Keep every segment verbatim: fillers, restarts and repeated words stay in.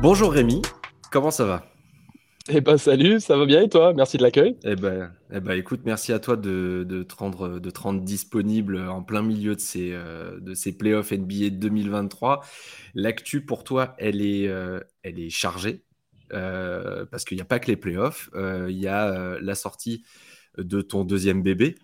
Bonjour Rémi, comment ça va? Eh ben salut, ça va bien et toi? Merci de l'accueil. Eh ben, eh ben, écoute, merci à toi de, de te rendre, de te rendre disponible en plein milieu de ces, euh, de ces playoffs N B A deux mille vingt-trois. L'actu pour toi, elle est, euh, elle est chargée euh, parce qu'il n'y a pas que les playoffs, euh, il y a euh, la sortie de ton deuxième bébé.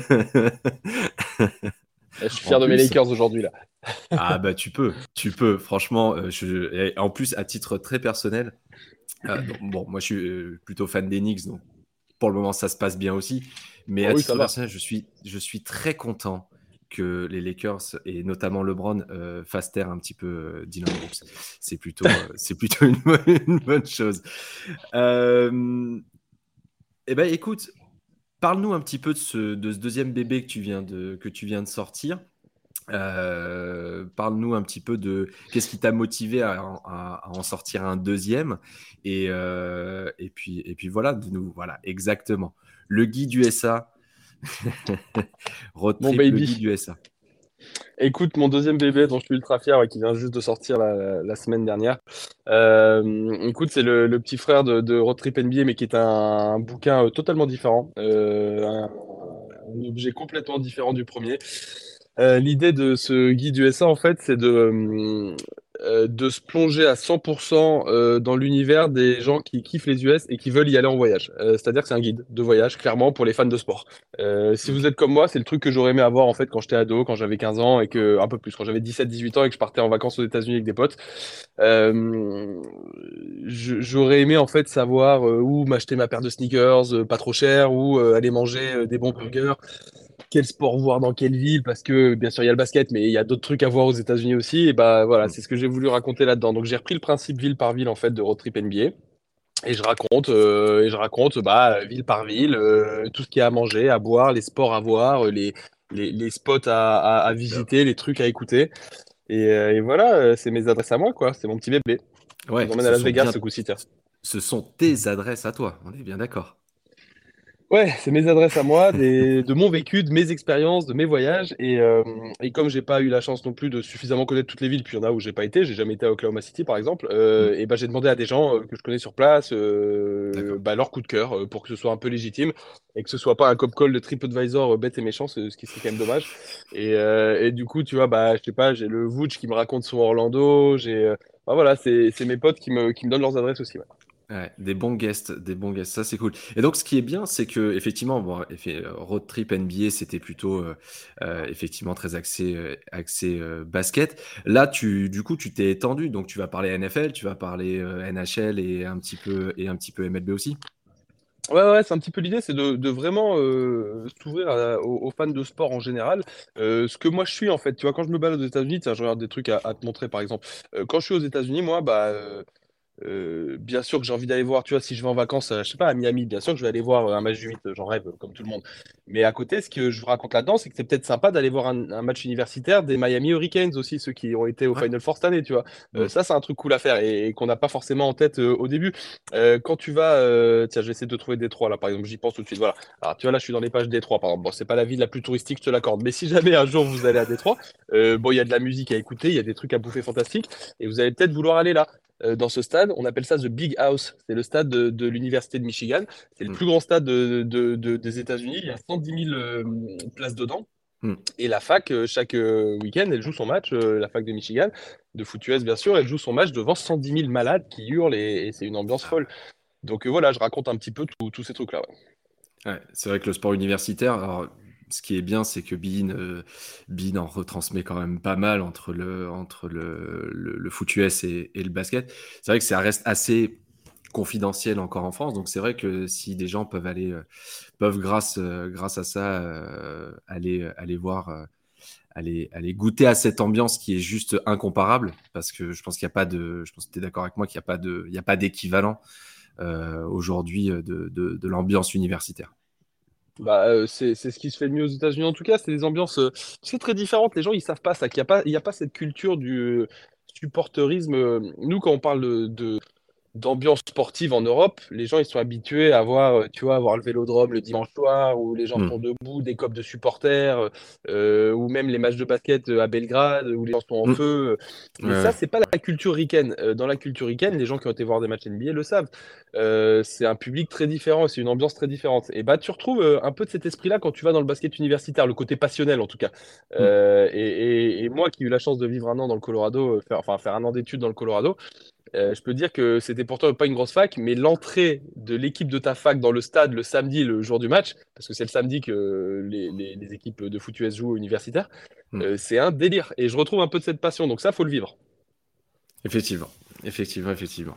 Eh, Je suis En fier de mes plus, Lakers aujourd'hui là. ah bah tu peux, tu peux, franchement, euh, je, et en plus à titre très personnel, euh, donc, bon, moi je suis euh, plutôt fan des Knicks, donc pour le moment, ça se passe bien aussi. Mais Oh à oui, ça titre va. personnel, je suis, je suis très content que les Lakers et notamment LeBron euh, fassent taire un petit peu euh, Dylan Brooks. C'est plutôt, euh, c'est plutôt une, bonne- une bonne chose. Euh, eh ben, écoute, parle-nous un petit peu de ce, de ce deuxième bébé que tu viens de, que tu viens de sortir. Euh, parle-nous un petit peu de qu'est-ce qui t'a motivé à, à- à en sortir un deuxième et, euh, et puis et puis voilà de nous voilà exactement le guide U S A road Mon trip le guide baby. U S A. Écoute, mon deuxième bébé dont je suis ultra fier et qui vient juste de sortir la, la semaine dernière. Euh, écoute, c'est le, le petit frère de, de Road Trip N B A, mais qui est un, un bouquin euh, totalement différent. Euh, un, un objet complètement différent du premier. Euh, l'idée de ce guide U S A, en fait, c'est de, euh, euh, de se plonger à cent pour cent euh, dans l'univers des gens qui kiffent les U S et qui veulent y aller en voyage. Euh, c'est-à-dire que c'est un guide de voyage, clairement, pour les fans de sport. Euh, si vous Ok. êtes comme moi, c'est le truc que j'aurais aimé avoir en fait quand j'étais ado, quand j'avais quinze ans et que un peu plus, quand j'avais dix-sept dix-huit ans et que je partais en vacances aux États-Unis avec des potes. Euh, je- J'aurais aimé en fait savoir euh, où m'acheter ma paire de sneakers euh, pas trop cher, où euh, aller manger euh, des bons burgers, quel sport voir dans quelle ville, parce que bien sûr il y a le basket, mais il y a d'autres trucs à voir aux États-Unis aussi. Et bah voilà, Mm. c'est ce que j'ai voulu raconter là-dedans. Donc j'ai repris le principe ville par ville en fait de Road Trip N B A. Et je raconte, euh, et je raconte bah, ville par ville, euh, tout ce qu'il y a à manger, à boire, les sports à voir, euh, les, les, les spots à, à, à visiter, les trucs à écouter. Et, euh, et voilà, euh, c'est mes adresses à moi, quoi. C'est mon petit bébé. Je vous Ouais, emmène à ce Las sont Vegas bien ce coup-ci, tiens. ce sont tes adresses à toi, on est bien d'accord. Ouais, c'est mes adresses à moi, des, de mon vécu, de mes expériences, de mes voyages. Et, euh, et comme j'ai pas eu la chance non plus de suffisamment connaître toutes les villes, puis il y en a où j'ai pas été, j'ai jamais été à Oklahoma City par exemple, Mm. euh, et ben j'ai demandé à des gens euh, que je connais sur place euh, D'accord. bah, leur coup de cœur euh, pour que ce soit un peu légitime et que ce soit pas un cop call de TripAdvisor euh, bête et méchant, ce, ce qui serait quand même dommage. Et, euh, et du coup, tu vois, bah je sais pas, j'ai le Vooch qui me raconte son Orlando, j'ai, euh, bah, voilà, c'est c'est mes potes qui me qui me donnent leurs adresses aussi. Ouais. Ouais, des bons guests, des bons guests, ça c'est cool. Et donc ce qui est bien, c'est que effectivement, bon, effe- euh, road trip N B A, c'était plutôt euh, euh, effectivement très axé, euh, axé euh, basket. Là, tu, du coup, tu t'es étendu, donc tu vas parler N F L, tu vas parler euh, N H L et un petit peu et un petit peu M L B aussi. Ouais, ouais, c'est un petit peu l'idée, c'est de, de vraiment euh, s'ouvrir à- aux, aux fans de sport en général. Euh, ce que moi je suis en fait, tu vois, quand je me balade aux États-Unis, tiens, je regarde des trucs à, à te montrer par exemple. Euh, quand je suis aux États-Unis, moi, bah, euh, euh, bien sûr que j'ai envie d'aller voir, tu vois, si je vais en vacances, euh, je sais pas, à Miami, bien sûr que je vais aller voir euh, un match du huit, euh, j'en rêve, euh, comme tout le monde. Mais à côté, ce que je vous raconte là-dedans, c'est que c'est peut-être sympa d'aller voir un, un match universitaire des Miami Hurricanes aussi, ceux qui ont été au Ouais. Final Four cette année, tu vois. Euh, Mm. ça, c'est un truc cool à faire et, et qu'on n'a pas forcément en tête euh, au début. Euh, quand tu vas, euh, tiens, je vais essayer de te trouver Détroit, là, par exemple, j'y pense tout de suite, voilà. Alors, tu vois, là, je suis dans les pages Détroit, par exemple. Bon, c'est pas la ville la plus touristique, je te l'accorde, mais si jamais un jour vous allez à Détroit, euh, bon, il y a de la musique à écouter, il y a des trucs à bouffer fantastiques, et vous allez peut-être vouloir aller là euh, dans ce stade. On appelle ça The Big House. C'est le stade de, de l'Université de Michigan. C'est le Mm. plus grand stade de, de- de- des États-Unis. Il y a cent dix mille euh, places dedans. Mm. Et la fac, euh, chaque euh, week-end, elle joue son match, euh, la fac de Michigan, de foot U S bien sûr, elle joue son match devant cent dix mille malades qui hurlent et, et c'est une ambiance Ah folle. Donc euh, voilà, je raconte un petit peu tout- tous ces trucs-là. Ouais. ouais. Ouais, c'est vrai que le sport universitaire, alors, ce qui est bien, c'est que Bein, euh, Bein en retransmet quand même pas mal entre le, entre le, le, le foot U S et, et le basket. C'est vrai que ça reste assez confidentiel encore en France. Donc c'est vrai que si des gens peuvent aller, euh, peuvent grâce, euh, grâce à ça, euh, aller, aller voir, euh, aller, aller goûter à cette ambiance qui est juste incomparable, parce que je pense qu'il n'y a pas de, je pense que tu es d'accord avec moi qu'il n'y a pas de, il n'y a pas d'équivalent euh, aujourd'hui de, de, de l'ambiance universitaire. Bah, euh, c'est c'est ce qui se fait de mieux aux États-Unis en tout cas. C'est des ambiances euh, c'est très différentes. Les gens ils savent pas ça, qu'il y a pas il y a pas cette culture du euh, supporterisme. Euh, Nous quand on parle de, d'ambiance sportive en Europe. Les gens, ils sont habitués à voir, euh, tu vois, à voir le Vélodrome le dimanche soir, où les gens Hmm. sont debout, des copes de supporters, euh, ou même les matchs de basket euh, à Belgrade, où les gens sont en Hmm. feu. Ouais, Mais ça, ouais. c'est pas la culture ricaine. Euh, Dans la culture ricaine, les gens qui ont été voir des matchs N B A le savent. Euh, c'est un public très différent, c'est une ambiance très différente. Et bah, tu retrouves euh, un peu de cet esprit-là quand tu vas dans le basket universitaire, le côté passionnel en tout cas. Hmm. Euh, et, et- et moi qui ai eu la chance de vivre un an dans le Colorado, euh, faire, enfin faire un an d'études dans le Colorado, euh, je peux dire que c'était pourtant pas une grosse fac, mais l'entrée de l'équipe de ta fac dans le stade le samedi, le jour du match, parce que c'est le samedi que les, les- les équipes de foot U S jouent au universitaire, Hmm. euh, c'est un délire. Et je retrouve un peu de cette passion, donc ça, faut le vivre. Effectivement, effectivement, effectivement.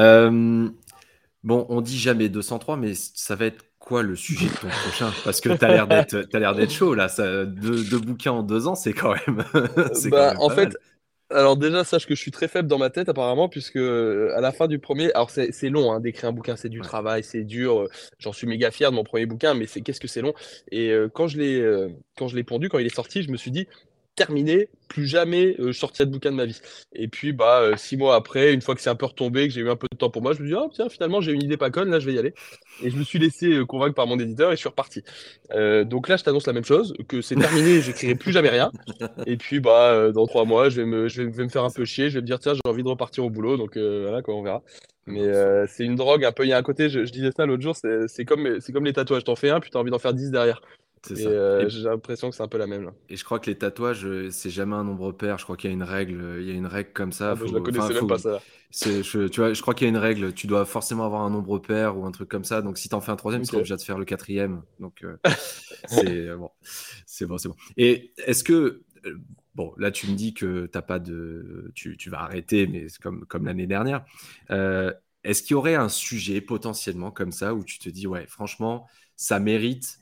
Euh, bon, on dit jamais deux cent trois, mais ça va être quoi le sujet de ton prochain? Parce que t'as l'air d'être, t'as l'air d'être chaud là. Ça, deux, deux bouquins en deux ans, c'est quand même, Euh, c'est quand bah, même en pas fait, mal. alors déjà, sache que je suis très faible dans ma tête apparemment, puisque euh, à la fin du premier, alors c'est c'est long, hein, d'écrire un bouquin, c'est du Ouais. travail, c'est dur. euh, J'en suis méga fier de mon premier bouquin, mais c'est qu'est-ce que c'est long. Et euh, quand je l'ai euh, quand je l'ai pondu, quand il est sorti, je me suis dit terminé, plus jamais euh, je sortirai de bouquin de ma vie. Et puis bah euh, six mois après, une fois que c'est un peu retombé, que j'ai eu un peu de temps pour moi, je me suis dit oh tiens finalement j'ai une idée pas conne, là je vais y aller. Et je me suis laissé euh, convaincre par mon éditeur et je suis reparti. Euh, donc là je t'annonce la même chose, que c'est terminé, j'écrirai plus jamais rien. Et puis, bah, euh, dans trois mois, je vais me, je vais, vais me faire un C'est peu ça. chier. Je vais me dire, tiens, j'ai envie de repartir au boulot. Donc, euh, voilà, quoi, on verra. Mais Bon, faut- euh, c'est une drogue un peu. Il y a un côté, je, je disais ça l'autre jour, c'est c'est comme, c'est comme les tatouages. T'en fais un, puis t'as envie d'en faire dix derrière. c'est Et ça. euh, Et, j'ai l'impression que c'est un peu la même, là. et je crois que les tatouages, euh, c'est jamais un nombre pair. Je crois qu'il y a une règle, euh, il y a une règle comme ça. Ah, bah, je la Faut, enfin, connaissais même pas, faut, ça. c'est, je, tu vois, je crois qu'il y a une règle. Tu dois forcément avoir un nombre pair ou un truc comme ça. Donc, si t'en fais un troisième, tu seras Ok. obligé de faire le quatrième. Donc, euh, c'est euh, bon, c'est bon, c'est bon. Et est-ce que euh, bon, là, tu me dis que t'as pas de, tu, tu vas arrêter, mais c'est comme comme l'année dernière. Euh, est-ce qu'il y aurait un sujet potentiellement comme ça où tu te dis, ouais, franchement, ça mérite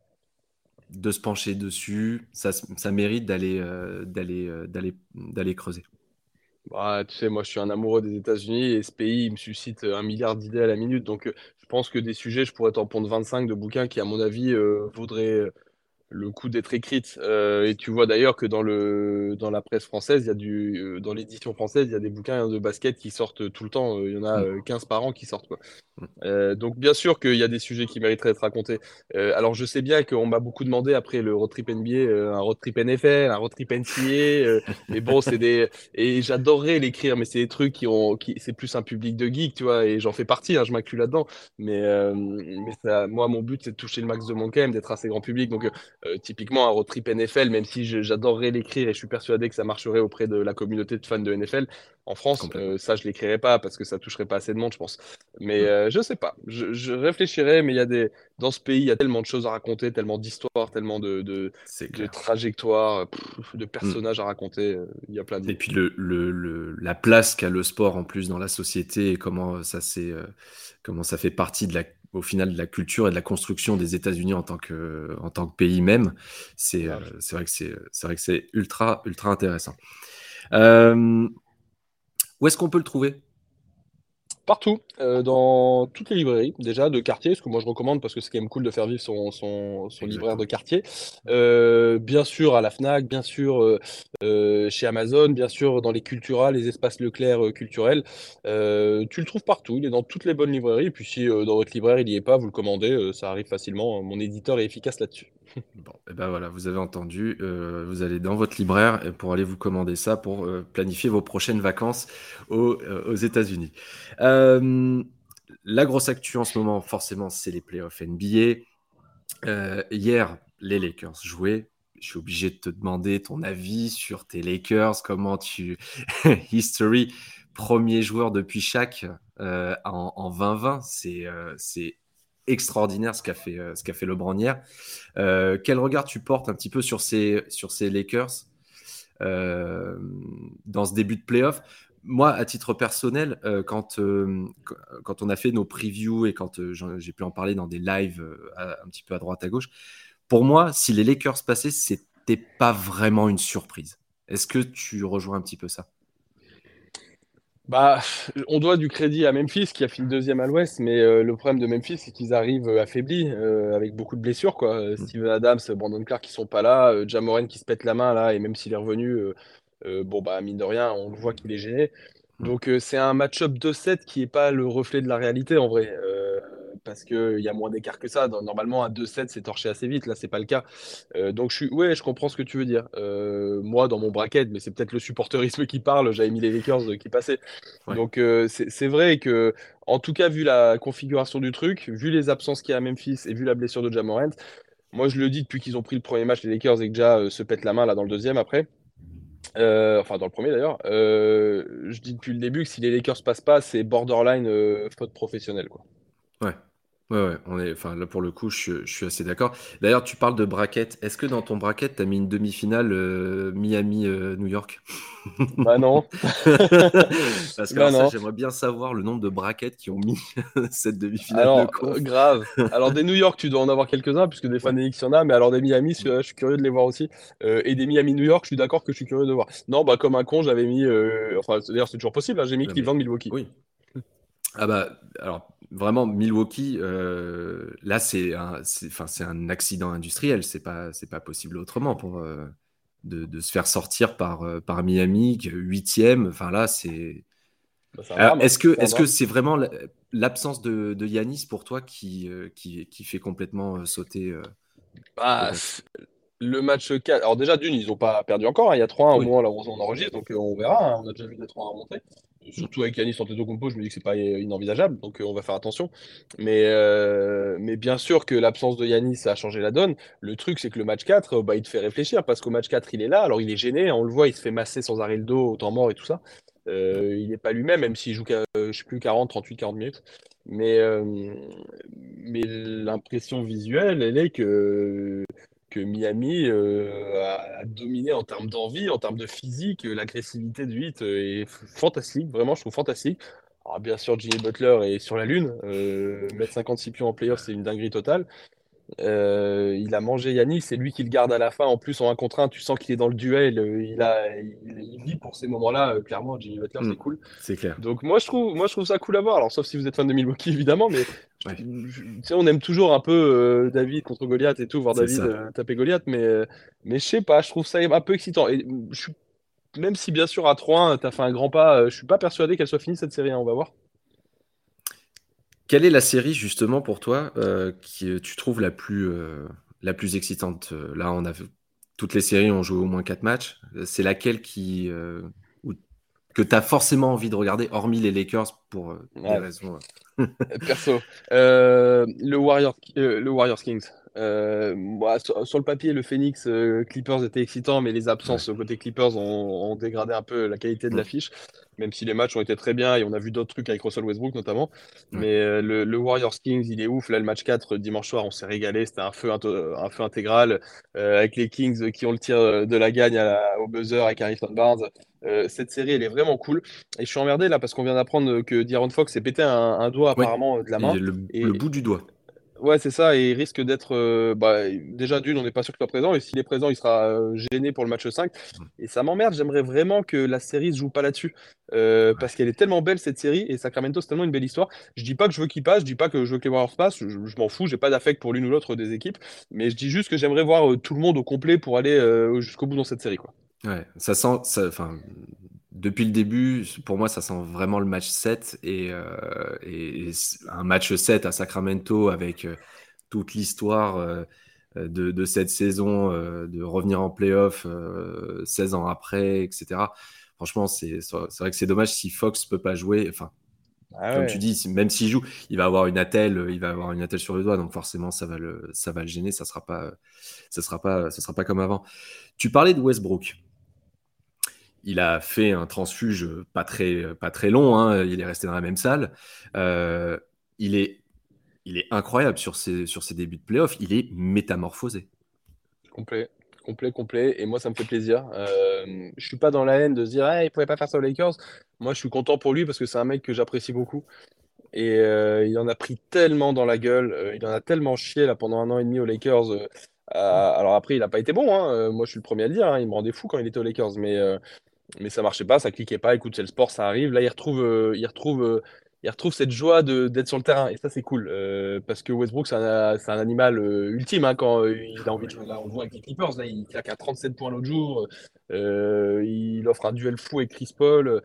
de se pencher dessus, ça, ça mérite d'aller euh, d'aller euh, d'aller d'aller creuser. Bah, tu sais, moi, je suis un amoureux des États-Unis et ce pays, il me suscite un milliard d'idées à la minute. Donc, euh, je pense que des sujets, je pourrais t'en pondre vingt-cinq de bouquins qui, à mon avis, euh, vaudraient le coup d'être écrite. Euh, et tu vois d'ailleurs que dans le dans la presse française, il y a du euh, dans l'édition française, il y a des bouquins de basket qui sortent tout le temps. Euh, Il y en a Mm, euh, quinze par an qui sortent quoi. mm. Euh, donc bien sûr qu'il y a des sujets qui mériteraient d'être racontés. Euh, alors je sais bien qu'on m'a beaucoup demandé après le road trip N B A, euh, un road trip N F L, un road trip N C A A. Euh, mais bon, c'est des et j'adorerais l'écrire, mais c'est des trucs qui ont qui c'est plus un public de geeks, tu vois. Et j'en fais partie, hein, je m'inclus là-dedans. Mais euh, mais ça, moi mon but c'est de toucher le max de monde quand même, d'être assez grand public. Donc euh, euh, typiquement un road trip N F L, même si je- j'adorerais l'écrire et je suis persuadé que ça marcherait auprès de la communauté de fans de N F L en France, Complètement. euh, ça je l'écrirais pas parce que ça toucherait pas assez de monde, je pense. Mais Mm. euh, je sais pas. Je, je réfléchirai, mais il y a des dans ce pays, il y a tellement de choses à raconter, tellement d'histoires, tellement de, de, C'est de clair. trajectoires, pff, de Mm. personnages à raconter. euh, Il y a plein Et d'idées. puis le, le, le- la place qu'a le sport en plus dans la société et comment ça c'est euh, comment ça fait partie de la au final de la culture et de la construction des États-Unis en tant que en tant que pays même, c'est euh, Grave. c'est vrai que c'est c'est vrai que c'est ultra ultra intéressant. Euh, où est-ce qu'on peut le trouver? Partout, euh, dans toutes les librairies, déjà, de quartier, ce que moi je recommande parce que c'est quand même cool de faire vivre son, son, son libraire de Exactement. quartier. Euh, bien sûr à la Fnac, bien sûr euh, euh, chez Amazon, bien sûr dans les Cultura, les espaces Leclerc euh, culturels. Euh, tu le trouves partout, il est dans toutes les bonnes librairies. Et puis si euh, dans votre libraire il n'y est pas, vous le commandez, euh, ça arrive facilement. Mon éditeur est efficace là-dessus. Bon, et ben voilà, vous avez entendu, euh, vous allez dans votre libraire et pour aller vous commander ça pour euh, planifier vos prochaines vacances aux, euh, aux États-Unis. Euh, la grosse actu en ce moment, forcément, c'est les playoffs N B A. Euh, hier, les Lakers jouaient. Je suis obligé de te demander ton avis sur tes Lakers, comment tu... History, premier joueur depuis Shaq euh, en, en vingt vingt, c'est euh, c'est extraordinaire ce qu'a fait, euh, ce qu'a fait LeBron hier. Euh, quel regard tu portes un petit peu sur ces, sur ces Lakers euh, dans ce début de playoff? Moi, à titre personnel, euh, quand, euh, quand on a fait nos previews et quand euh, j'ai pu en parler dans des lives euh, à, un petit peu à droite à gauche, pour moi, si les Lakers passaient, c'était pas vraiment une surprise. Est-ce que tu rejoins un petit peu ça? Bah, on doit du crédit à Memphis qui a fini deuxième à l'Ouest, mais euh, le problème de Memphis, c'est qu'ils arrivent euh, affaiblis, euh, avec beaucoup de blessures, quoi. Euh, Mm. Steven Adams, Brandon Clark qui sont pas là, euh, Ja Morant qui se pète la main là, et même s'il est revenu, euh, euh, bon bah mine de rien, on le voit qu'il est gêné. Mm. Donc, euh, c'est un match-up deux sept qui est pas le reflet de la réalité en vrai. Euh, parce qu'il y a moins d'écart que ça. Dans- Normalement, un deux sept, c'est torché assez vite. Là, c'est pas le cas. Euh, donc, je suis, ouais, je comprends ce que tu veux dire. Euh, moi, dans mon bracket, mais c'est peut-être le supporterisme qui parle, j'avais mis les Lakers euh, qui passaient. Ouais. Donc, euh, c'est c'est vrai que, en tout cas, vu la configuration du truc, vu les absences qu'il y a à Memphis et vu la blessure de Ja Morant, moi, je le dis depuis qu'ils ont pris le premier match, les Lakers, et que Ja euh, se pète la main là dans le deuxième après. Euh, enfin, dans le premier d'ailleurs. Euh, je dis depuis le début que si les Lakers passent pas, c'est borderline euh, faute professionnelle, quoi. Ouais. Ouais, ouais, on est, enfin, là pour le coup, je, je suis assez d'accord. D'ailleurs, tu parles de bracket. Est-ce que dans ton bracket, tu as mis une demi-finale euh, Miami-New York? Bah non. Parce que Bah alors ça, non. j'aimerais bien savoir le nombre de brackets qui ont mis cette demi-finale de Alors, euh, conf. grave. Alors, des New York, tu dois en avoir quelques-uns, puisque des fans Ouais. des Knicks, il y en a, mais alors des Miami, je, je suis curieux de les voir aussi. Euh, et des Miami-New York, je suis d'accord que je suis curieux de voir. Non, bah, comme un con, j'avais mis. euh, Enfin, d'ailleurs, c'est toujours possible, hein, j'ai mis Non, mais Cleveland-Milwaukee. oui. Ah bah alors vraiment Milwaukee, euh, là c'est un, c'est, enfin, c'est un accident industriel. C'est pas, c'est pas possible autrement pour euh, de, de se faire sortir par euh, par Miami qui est huitième. Enfin là c'est. Bah, c'est un Alors, drame, hein. est-ce que C'est un est-ce que drame. c'est vraiment la- l'absence de, de Yanis pour toi qui, euh, qui qui fait complètement euh, sauter euh, les Bah, Bucks? c'est- le match quatre. Alors, déjà, d'une, ils ont pas perdu encore, hein. Il y a trois un au Oui. moment là où on enregistre, donc euh, on verra, hein. On a déjà vu des trois un remonter. Mm. Surtout avec Yanis Antetokounmpo, je me dis que c'est pas euh, inenvisageable, donc euh, on va faire attention. Mais, euh, mais bien sûr que l'absence de Yanis a changé la donne. Le truc, c'est que le match quatre, euh, bah, il te fait réfléchir parce qu'au match quatre, il est là, alors il est gêné, hein, on le voit, il se fait masser sans arrêt le dos, au temps mort et tout ça. Euh, il n'est pas lui-même, même s'il joue, qu'à, euh, je sais plus, quarante, trente-huit, quarante minutes. Mais, euh, mais l'impression visuelle, elle est que que Miami euh, a, a dominé en termes d'envie, en termes de physique. Euh, L'agressivité de huit euh, est f- fantastique, vraiment, je trouve fantastique. Alors, bien sûr, Jimmy Butler est sur la lune. Euh, mettre cinquante-six pions en playoff, c'est une dinguerie totale. Euh, il a mangé Yanis, c'est lui qui le garde à la fin. En plus, en un contre un, tu sens qu'il est dans le duel. euh, Il a, il, il vit pour ces moments-là. euh, clairement, Jimmy Butler, Mm. c'est cool. C'est clair. Donc moi je trouve moi je trouve ça cool à voir. Alors sauf si vous êtes fan de Milwaukee évidemment, mais je Ouais. trouve- je- tu sais on aime toujours un peu euh, David contre Goliath et tout, voir C'est David ça. euh, taper Goliath, mais euh, mais je sais pas, je trouve ça un peu excitant. Et mm, je suis même si bien sûr à trois un t'as fait un grand pas, euh, je suis pas persuadé qu'elle soit finie cette série, hein, on va voir. Quelle est la série justement pour toi euh, qui euh, tu trouves la plus euh, la plus excitante? Euh, Là, on a vu- toutes les séries ont joué au moins quatre matchs. Euh, C'est laquelle qui euh, ou- que tu as forcément envie de regarder, hormis les Lakers pour euh, des Ouais. raisons. euh, Perso, euh, le Warriors, euh, le Warriors Kings. Euh, moi, sur, sur le papier, le Phoenix euh, Clippers était excitant, mais les Ouais. absences côté Clippers ont, ont dégradé un peu la qualité de Mm. l'affiche, même si les matchs ont été très bien et on a vu d'autres trucs avec Russell Westbrook notamment. Ouais. Mais euh, le, le Warriors Kings, il est ouf. Là, le match quatre, dimanche soir, on s'est régalé. C'était un feu, into- un feu intégral euh, avec les Kings qui ont le tir de la gagne à la- au buzzer avec Harrison Barnes. Euh, cette série, elle est vraiment cool. Et je suis emmerdé là parce qu'on vient d'apprendre que D'Aaron Fox s'est pété un, un doigt Ouais. apparemment euh, de la Et main. le, le Et bout du doigt. ouais, c'est ça. Et il risque d'être. Euh, bah, déjà, d'une, on n'est pas sûr qu'il soit présent. Et s'il est présent, il sera euh, gêné pour le match cinq. Mm. Et ça m'emmerde. J'aimerais vraiment que la série se joue pas là-dessus. Euh, Ouais. parce qu'elle est tellement belle cette série. Et Sacramento, c'est tellement une belle histoire. Je dis pas que je veux qu'ils passent. Je dis pas que je veux que les Warriors passent. Je, je m'en fous. J'ai pas d'affect pour l'une ou l'autre des équipes. Mais je dis juste que j'aimerais voir euh, tout le monde au complet pour aller euh, jusqu'au bout dans cette série, quoi. Ouais. Ça sent, ça, enfin, depuis le début, pour moi, ça sent vraiment le match sept et, euh, et, et un match sept à Sacramento avec euh, toute l'histoire euh, de, de cette saison, euh, de revenir en playoff euh, seize ans après, et cetera. Franchement, c'est c'est vrai que c'est dommage si Fox peut pas jouer. Enfin, Ah comme tu ouais. dis, si- même s'il joue, il va avoir une attelle, il va avoir une attelle sur le doigt, donc forcément, ça va le, ça va le gêner. Ça sera pas, ça sera pas, ça sera pas comme avant. Tu parlais de Westbrook. Il a fait un transfuge pas très, pas très long, hein, il est resté dans la même salle. Euh, il est il est incroyable sur ses, sur ses débuts de playoff. Il est métamorphosé. Complet, complet, complet. Et moi, ça me fait plaisir. Euh, je suis pas dans la haine de se dire, ah, il pouvait pas faire ça aux Lakers. Moi, je suis content pour lui parce que c'est un mec que j'apprécie beaucoup. Et euh, il en a pris tellement dans la gueule. Euh, il en a tellement chié là pendant un an et demi aux Lakers. Euh, à- alors après, il a pas été bon, hein. Euh, moi, je suis le premier à le dire, hein. Il me rendait fou quand il était aux Lakers. Mais, euh, mais ça marchait pas, ça cliquait pas. Écoute, c'est le sport, ça arrive. Là, il retrouve, euh, il retrouve, euh, il retrouve cette joie de d'être sur le terrain. Et ça, c'est cool. Euh, parce que Westbrook, c'est un, c'est un animal euh, ultime, hein, quand euh, il a envie de jouer. Là, on le voit avec les Clippers. Là, il claque à trente-sept points l'autre jour. Euh, il offre un duel fou avec Chris Paul.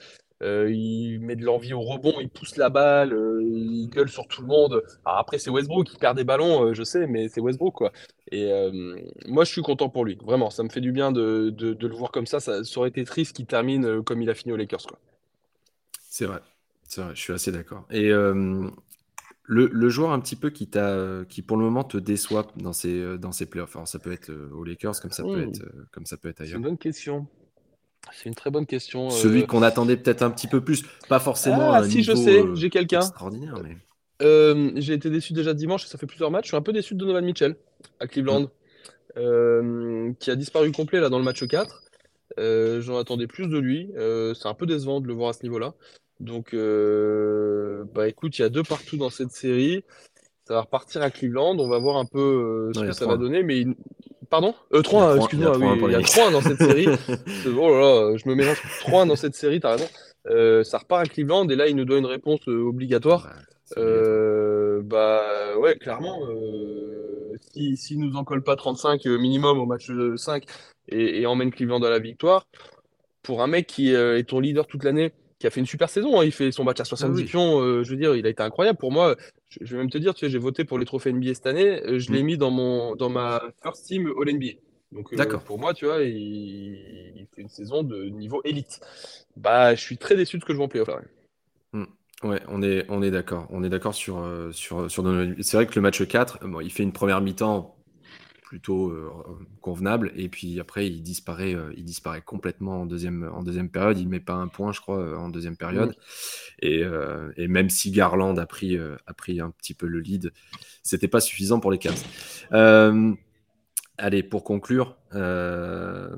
Euh, il met de l'envie au rebond, il pousse la balle, euh, il gueule sur tout le monde. Alors après, c'est Westbrook qui perd des ballons, euh, je sais, mais c'est Westbrook, quoi. Et euh, moi, je suis content pour lui. Vraiment, ça me fait du bien de, de, de le voir comme ça. Ça, ça aurait été triste qu'il termine euh, comme il a fini aux Lakers, quoi. C'est vrai. C'est vrai, je suis assez d'accord. Et euh, le, le joueur un petit peu qui t'a, qui pour le moment te déçoit dans ces, euh, dans ces playoffs. Alors ça peut être euh, aux Lakers comme ça peut Hmm, être, euh, comme ça peut être c'est ailleurs. une bonne question. C'est une très bonne question. Celui Euh, qu'on attendait peut-être un petit peu plus, pas forcément à Ah, un si, je niveau sais, euh, j'ai quelqu'un. extraordinaire, mais Euh, j'ai été déçu déjà dimanche, ça fait plusieurs matchs. Je suis un peu déçu de Donovan Mitchell à Hmm. Cleveland, euh, qui a disparu complet là dans le match quatre. Euh, j'en attendais plus de lui. Euh, c'est un peu décevant de le voir à ce niveau-là. Donc, euh, bah écoute, il y a deux partout dans cette série. Ça va repartir à Cleveland. On va voir un peu euh, ce Non, il y que a ça va trois un. donner. Mais il- pardon? Euh, Il y a trois un, trois un, il y a excuse-moi. trois un Oui, pour il les y a Knicks. trois un dans cette série. C'est- Oh là là, je me mélange. trois un dans cette série, t'as raison. Euh, ça repart à Cleveland et là, il nous doit une réponse euh, obligatoire. Bah, c'est obligatoire. Euh, bah ouais, clairement. Euh, si, s'il nous en colle pas trente-cinq euh, minimum au match euh, cinq et, et emmène Cleveland à la victoire, pour un mec qui euh, est ton leader toute l'année, qui a fait une super saison, hein, il fait son match à Ah soixante-dix oui. pions, euh, je veux dire, il a été incroyable. Pour moi, je, je vais même te dire, tu sais, j'ai voté pour les trophées N B A cette année, euh, je Hmm. l'ai mis dans mon dans ma first team All N B A. Donc euh, D'accord. pour moi, tu vois, il, il fait une saison de niveau élite. Bah, je suis très déçu de ce que je vois en playoff là. Ouais. Hmm. Ouais, on est, on est d'accord. On est d'accord sur, euh, sur, sur Donovan. C'est vrai que le match quatre, bon, il fait une première mi-temps plutôt euh, convenable et puis après il disparaît, euh, il disparaît complètement en deuxième, en deuxième période. Il met pas un point, je crois, euh, en deuxième Mm. période. Et, euh, et même si Garland a pris, euh, a pris un petit peu le lead, c'était pas suffisant pour les Cavs. Euh, allez, pour conclure, euh,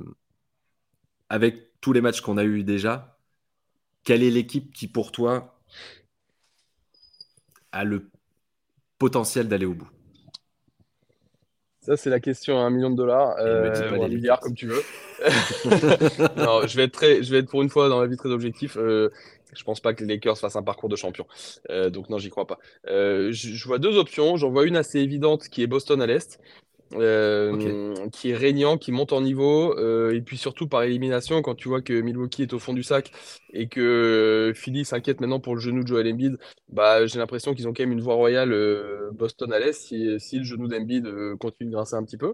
avec tous les matchs qu'on a eu déjà, quelle est l'équipe qui pour toi a le potentiel d'aller au bout? Ça, c'est la question à un million de dollars, Et me dis euh, pas ou les un milliard, Lakers. comme tu veux. Non, je vais être très, je vais être pour une fois dans la vie très objectif. Euh, je pense pas que les Lakers fassent un parcours de champion. Euh, donc non, j'y crois pas. Euh, je, je vois deux options. J'en vois une assez évidente qui est Boston à l'Est, Ok. euh, qui est régnant, qui monte en niveau, euh, et puis surtout par élimination, quand tu vois que Milwaukee est au fond du sac et que euh, Philly s'inquiète maintenant pour le genou de Joel Embiid, bah, j'ai l'impression qu'ils ont quand même une voie royale, euh, Boston à l'Est, si, si le genou d'Embiid euh, continue de grincer un petit peu.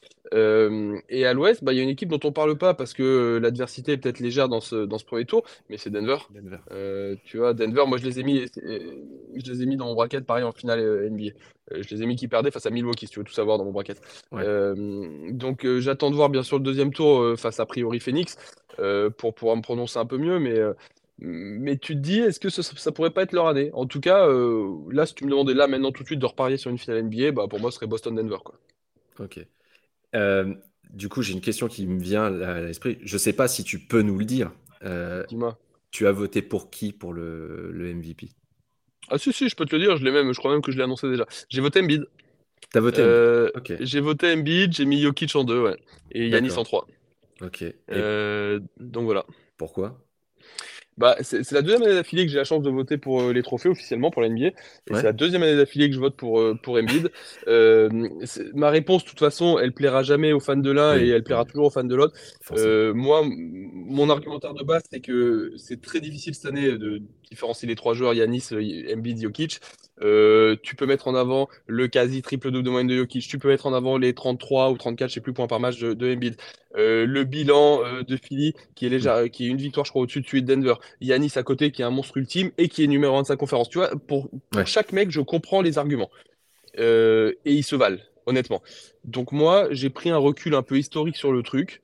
Euh, et à l'ouest, bah, il y a une équipe dont on parle pas parce que euh, l'adversité est peut-être légère dans ce, dans ce premier tour, mais c'est Denver. Denver. Euh, tu vois, Denver, moi je les ai mis, euh, je les ai mis dans mon bracket, pareil en finale euh, N B A. Euh, je les ai mis qui perdaient face à Milwaukee, si tu veux tout savoir dans mon bracket. Ouais. Euh, donc euh, j'attends de voir bien sûr le deuxième tour euh, face à priori Phoenix euh, pour pouvoir me prononcer un peu mieux, mais euh, mais tu te dis, est-ce que ça, ça pourrait pas être leur année? En tout cas, euh, là, si tu me demandais là maintenant tout de suite de reparier sur une finale N B A, bah pour moi ce serait Boston-Denver, quoi. Ok. Euh, du coup, j'ai une question qui me vient à l'esprit. Je sais pas si tu peux nous le dire. Euh, Dis-moi. tu as voté pour qui pour le, le M V P? Ah si, si, je peux te le dire, je l'ai même, je crois même que je l'ai annoncé déjà. J'ai voté Embiid. T'as voté Embiid. Euh, Ok. j'ai voté Embiid, j'ai mis Jokic en deux, ouais. Et Yanis en D'accord. trois. Ok. Et Euh, donc voilà. pourquoi? Bah, c'est c'est la deuxième année d'affilée que j'ai la chance de voter pour euh, les trophées officiellement pour la N B A. Et c'est Ouais. la deuxième année d'affilée que je vote pour, euh, pour Embiid. Euh, c'est- ma réponse, de toute façon, elle plaira jamais aux fans de l'un et Oui. elle Oui. plaira toujours aux fans de l'autre. Forcément. Euh, moi, m- mon argumentaire de base, c'est que c'est très difficile cette année de différencier les trois joueurs, Yanis, euh, Embiid, Jokic. Euh, tu peux mettre en avant le quasi triple-double de moyenne de Jokic. Tu peux mettre en avant les trente-trois ou trente-quatre, je sais plus, points par match de, de Embiid. Euh, le bilan euh, de Philly, qui est, Hmm. léger, qui est une victoire, je crois, au-dessus de celui de Denver. Yanis à côté qui est un monstre ultime et qui est numéro un de sa conférence. Tu vois, pour, pour Ouais. chaque mec, je comprends les arguments. Euh, et ils se valent, honnêtement. Donc moi, j'ai pris un recul un peu historique sur le truc.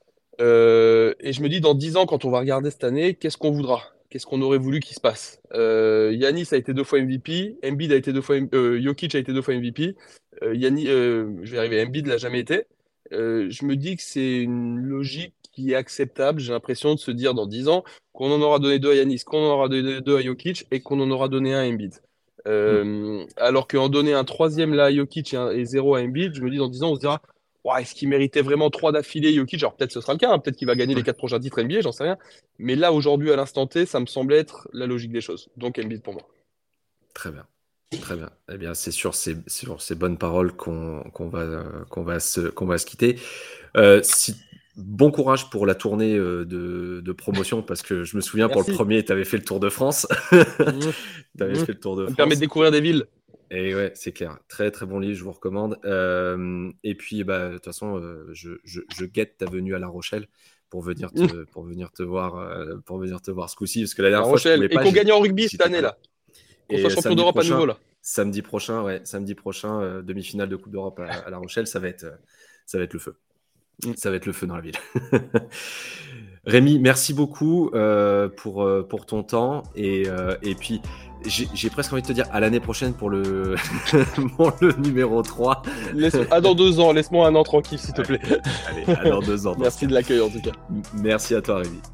Euh, et je me dis, dans dix ans, quand on va regarder cette année, qu'est-ce qu'on voudra? Qu'est-ce qu'on aurait voulu qu'il se passe? Euh, Yanis a été deux fois M V P, Embiid a été deux fois, euh, Jokic a été deux fois M V P, euh, Yanni, euh, je vais arriver, Embiid l'a jamais été. Euh, je me dis que c'est une logique qui est acceptable. J'ai l'impression de se dire dans dix ans qu'on en aura donné deux à Yanis, qu'on en aura donné deux à Jokic et qu'on en aura donné un à Embiid. Hmm. Euh, alors qu'en donner un troisième là à Jokic et, un- et zéro à Embiid, je me dis dans dix ans, on se dira ouais, est-ce qu'il méritait vraiment trois d'affilée, Jokic? Genre, peut-être ce sera le cas, hein, peut-être qu'il va gagner les Ouais. quatre prochains titres N B A, j'en sais rien. Mais là, aujourd'hui, à l'instant T, ça me semble être la logique des choses. Donc, Embiid pour moi. Très bien. Très bien. Eh bien, c'est sur ces, sur ces bonnes paroles qu'on qu'on va, euh, qu'on va se, qu'on va se quitter. Euh, si bon courage pour la tournée euh, de, de promotion, parce que je me souviens, Merci. pour le premier, tu avais fait le Tour de France. Mmh. Tu avais Mmh. fait le Tour de Ça France. me permet de découvrir des villes. Et ouais, c'est clair. Très, très bon livre, je vous recommande. Euh, et puis, bah, de toute façon, euh, je, je, je guette ta venue à La Rochelle pour venir te, Mmh. pour venir te voir, euh, pour venir te voir ce coup-ci. Parce que la La dernière fois, je Rochelle. pouvais Et pas. qu'on j'ai- gagne en rugby cette j'étais pas année, là. Qu'on Et soit euh, champion samedi d'Europe à prochain, nouveau, là. samedi prochain, ouais, samedi prochain, euh, demi-finale de Coupe d'Europe à, à La Rochelle, ça va être, euh, ça va être le feu. Mm. Ça va être le feu dans la ville. Rémi, merci beaucoup euh, pour, euh, pour ton temps. Et, euh, et puis, j'ai, j'ai presque envie de te dire à l'année prochaine pour le, pour le numéro trois. Laisse... Ah, dans deux ans, laisse-moi un an tranquille, s'il te plaît. Allez, à dans deux ans. Merci de l'accueil, en tout cas. Merci à toi, Rémi.